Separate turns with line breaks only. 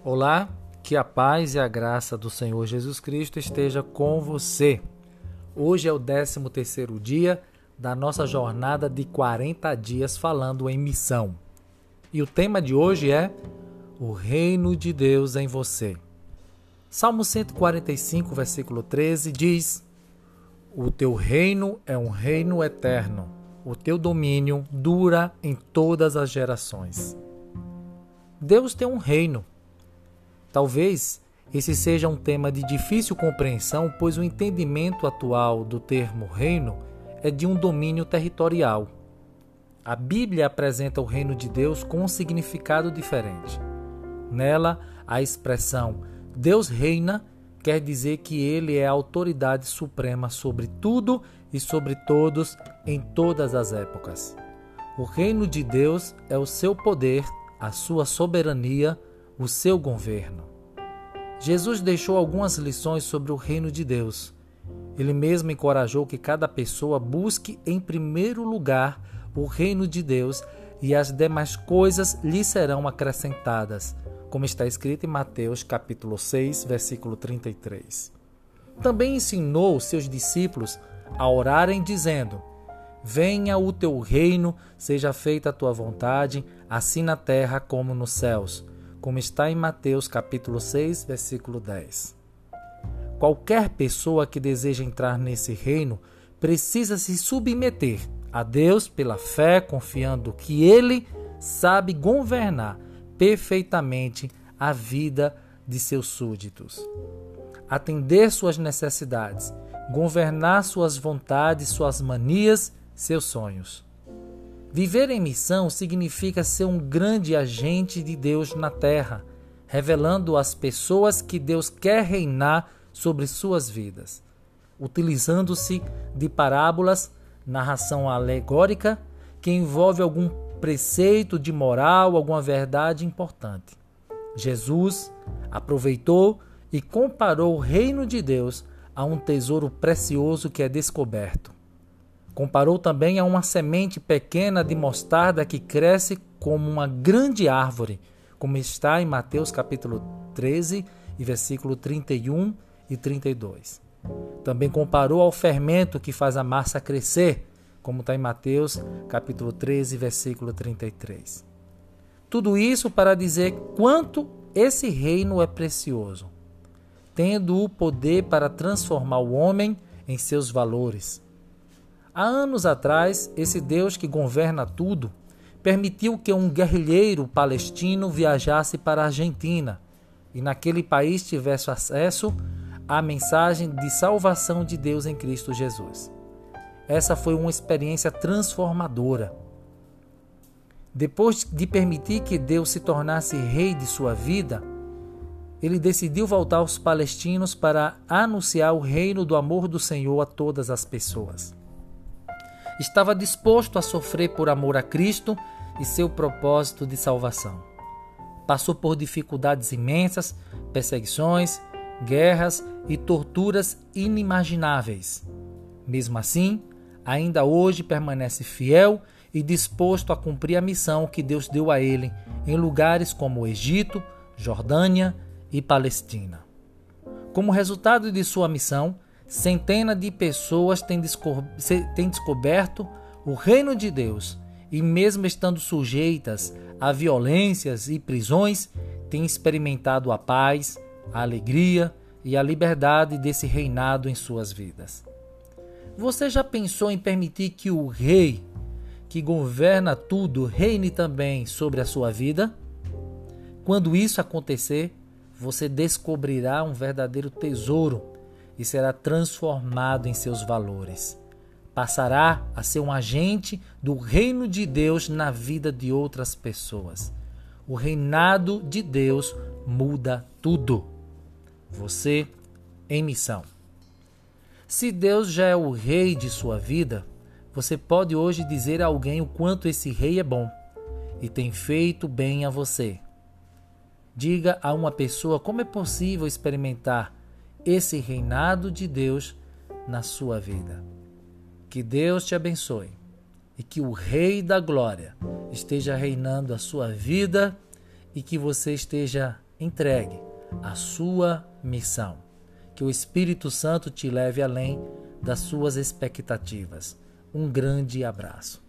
Olá, que a paz e a graça do Senhor Jesus Cristo esteja com você. Hoje é o 13º dia da nossa jornada de 40 dias falando em missão. E o tema de hoje é o reino de Deus em você. Salmo 145, versículo 13 diz: O teu reino é um reino eterno, o teu domínio dura em todas as gerações. Deus tem um reino. Talvez esse seja um tema de difícil compreensão, pois o entendimento atual do termo reino é de um domínio territorial. A Bíblia apresenta o reino de Deus com um significado diferente. Nela, a expressão Deus reina quer dizer que Ele é a autoridade suprema sobre tudo e sobre todos em todas as épocas. O reino de Deus é o seu poder, a sua soberania, o seu governo. Jesus deixou algumas lições sobre o reino de Deus. Ele mesmo encorajou que cada pessoa busque em primeiro lugar o reino de Deus e as demais coisas lhe serão acrescentadas, como está escrito em Mateus capítulo 6, versículo 33. Também ensinou seus discípulos a orarem dizendo: Venha o teu reino, seja feita a tua vontade, assim na terra como nos céus, como está em Mateus capítulo 6, versículo 10. Qualquer pessoa que deseja entrar nesse reino precisa se submeter a Deus pela fé, confiando que Ele sabe governar perfeitamente a vida de seus súditos, atender suas necessidades, governar suas vontades, suas manias, seus sonhos. Viver em missão significa ser um grande agente de Deus na terra, revelando às pessoas que Deus quer reinar sobre suas vidas, utilizando-se de parábolas, narração alegórica que envolve algum preceito de moral, alguma verdade importante. Jesus aproveitou e comparou o reino de Deus a um tesouro precioso que é descoberto. Comparou também a uma semente pequena de mostarda que cresce como uma grande árvore, como está em Mateus capítulo 13, e versículo 31 e 32. Também comparou ao fermento que faz a massa crescer, como está em Mateus capítulo 13, versículo 33. Tudo isso para dizer quanto esse reino é precioso, tendo o poder para transformar o homem em seus valores. Há anos atrás, esse Deus que governa tudo permitiu que um guerrilheiro palestino viajasse para a Argentina e naquele país tivesse acesso à mensagem de salvação de Deus em Cristo Jesus. Essa foi uma experiência transformadora. Depois de permitir que Deus se tornasse rei de sua vida, ele decidiu voltar aos palestinos para anunciar o reino do amor do Senhor a todas as pessoas. Estava disposto a sofrer por amor a Cristo e seu propósito de salvação. Passou por dificuldades imensas, perseguições, guerras e torturas inimagináveis. Mesmo assim, ainda hoje permanece fiel e disposto a cumprir a missão que Deus deu a ele em lugares como o Egito, Jordânia e Palestina. Como resultado de sua missão, centenas de pessoas têm descoberto o reino de Deus e, mesmo estando sujeitas a violências e prisões, têm experimentado a paz, a alegria e a liberdade desse reinado em suas vidas. Você já pensou em permitir que o Rei, que governa tudo, reine também sobre a sua vida? Quando isso acontecer, você descobrirá um verdadeiro tesouro e será transformado em seus valores. Passará a ser um agente do reino de Deus na vida de outras pessoas. O reinado de Deus muda tudo. Você em missão. Se Deus já é o rei de sua vida, você pode hoje dizer a alguém o quanto esse rei é bom e tem feito bem a você. Diga a uma pessoa como é possível experimentar esse reinado de Deus na sua vida. Que Deus te abençoe e que o Rei da Glória esteja reinando a sua vida e que você esteja Entregue a sua missão. Que o Espírito Santo te leve além das suas expectativas. Um grande abraço.